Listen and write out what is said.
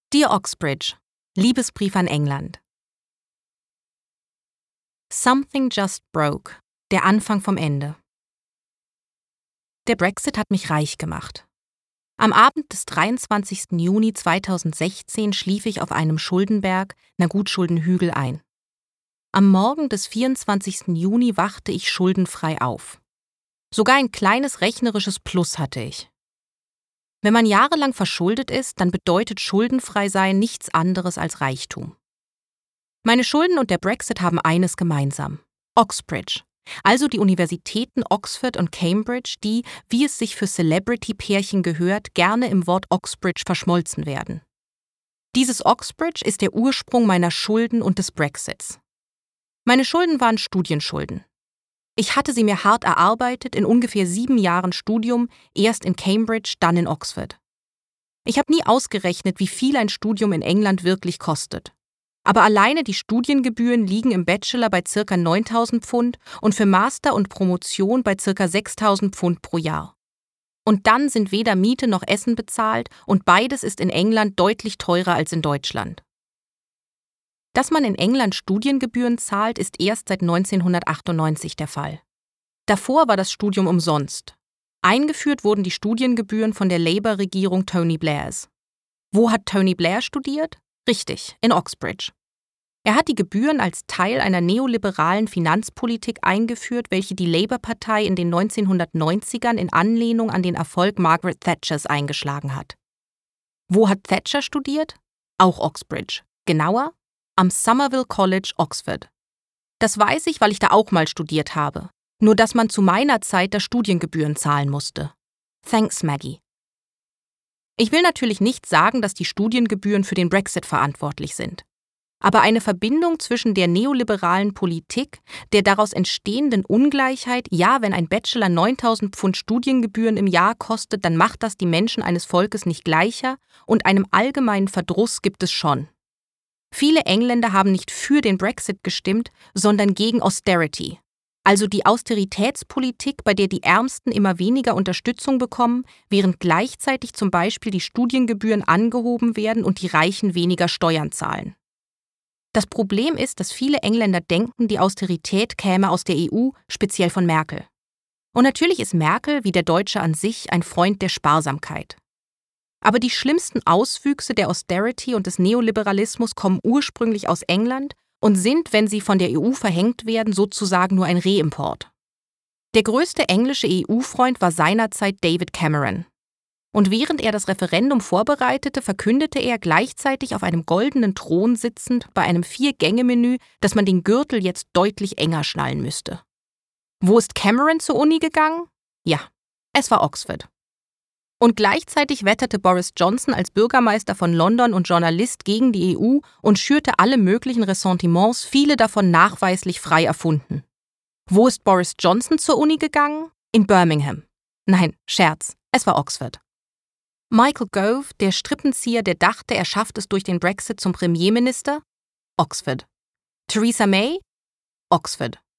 Dear Oxbridge, Liebesbrief an England. Something just broke. Der Anfang vom Ende. Der Brexit hat mich reich gemacht. Am Abend des 23. Juni 2016 schlief ich auf einem Schuldenberg, na gut Schuldenhügel, ein. Am Morgen des 24. Juni wachte ich schuldenfrei auf. Sogar ein kleines rechnerisches Plus hatte ich. Wenn man jahrelang verschuldet ist, dann bedeutet schuldenfrei sein nichts anderes als Reichtum. Meine Schulden und der Brexit haben eines gemeinsam: Oxbridge, also die Universitäten Oxford und Cambridge, die, wie es sich für Celebrity-Pärchen gehört, gerne im Wort Oxbridge verschmolzen werden. Dieses Oxbridge ist der Ursprung meiner Schulden und des Brexits. Meine Schulden waren Studienschulden. Ich hatte sie mir hart erarbeitet in ungefähr 7 Jahren Studium, erst in Cambridge, dann in Oxford. Ich habe nie ausgerechnet, wie viel ein Studium in England wirklich kostet. Aber alleine die Studiengebühren liegen im Bachelor bei ca. 9.000 Pfund und für Master und Promotion bei ca. 6.000 Pfund pro Jahr. Und dann sind weder Miete noch Essen bezahlt und beides ist in England deutlich teurer als in Deutschland. Dass man in England Studiengebühren zahlt, ist erst seit 1998 der Fall. Davor war das Studium umsonst. Eingeführt wurden die Studiengebühren von der Labour-Regierung Tony Blairs. Wo hat Tony Blair studiert? Richtig, in Oxbridge. Er hat die Gebühren als Teil einer neoliberalen Finanzpolitik eingeführt, welche die Labour-Partei in den 1990ern in Anlehnung an den Erfolg Margaret Thatchers eingeschlagen hat. Wo hat Thatcher studiert? Auch Oxbridge. Genauer? Am Somerville College, Oxford. Das weiß ich, weil ich da auch mal studiert habe. Nur dass man zu meiner Zeit da Studiengebühren zahlen musste. Thanks, Maggie. Ich will natürlich nicht sagen, dass die Studiengebühren für den Brexit verantwortlich sind. Aber eine Verbindung zwischen der neoliberalen Politik, der daraus entstehenden Ungleichheit, ja, wenn ein Bachelor 9.000 Pfund Studiengebühren im Jahr kostet, dann macht das die Menschen eines Volkes nicht gleicher und einem allgemeinen Verdruss gibt es schon. Viele Engländer haben nicht für den Brexit gestimmt, sondern gegen Austerity, also die Austeritätspolitik, bei der die Ärmsten immer weniger Unterstützung bekommen, während gleichzeitig zum Beispiel die Studiengebühren angehoben werden und die Reichen weniger Steuern zahlen. Das Problem ist, dass viele Engländer denken, die Austerität käme aus der EU, speziell von Merkel. Und natürlich ist Merkel, wie der Deutsche an sich, ein Freund der Sparsamkeit. Aber die schlimmsten Auswüchse der Austerity und des Neoliberalismus kommen ursprünglich aus England und sind, wenn sie von der EU verhängt werden, sozusagen nur ein Reimport. Der größte englische EU-Freund war seinerzeit David Cameron. Und während er das Referendum vorbereitete, verkündete er gleichzeitig auf einem goldenen Thron sitzend bei einem 4-Gänge-Menü, dass man den Gürtel jetzt deutlich enger schnallen müsste. Wo ist Cameron zur Uni gegangen? Ja, es war Oxford. Und gleichzeitig wetterte Boris Johnson als Bürgermeister von London und Journalist gegen die EU und schürte alle möglichen Ressentiments, viele davon nachweislich frei erfunden. Wo ist Boris Johnson zur Uni gegangen? In Birmingham. Nein, Scherz, es war Oxford. Michael Gove, der Strippenzieher, der dachte, er schafft es durch den Brexit zum Premierminister? Oxford. Theresa May? Oxford.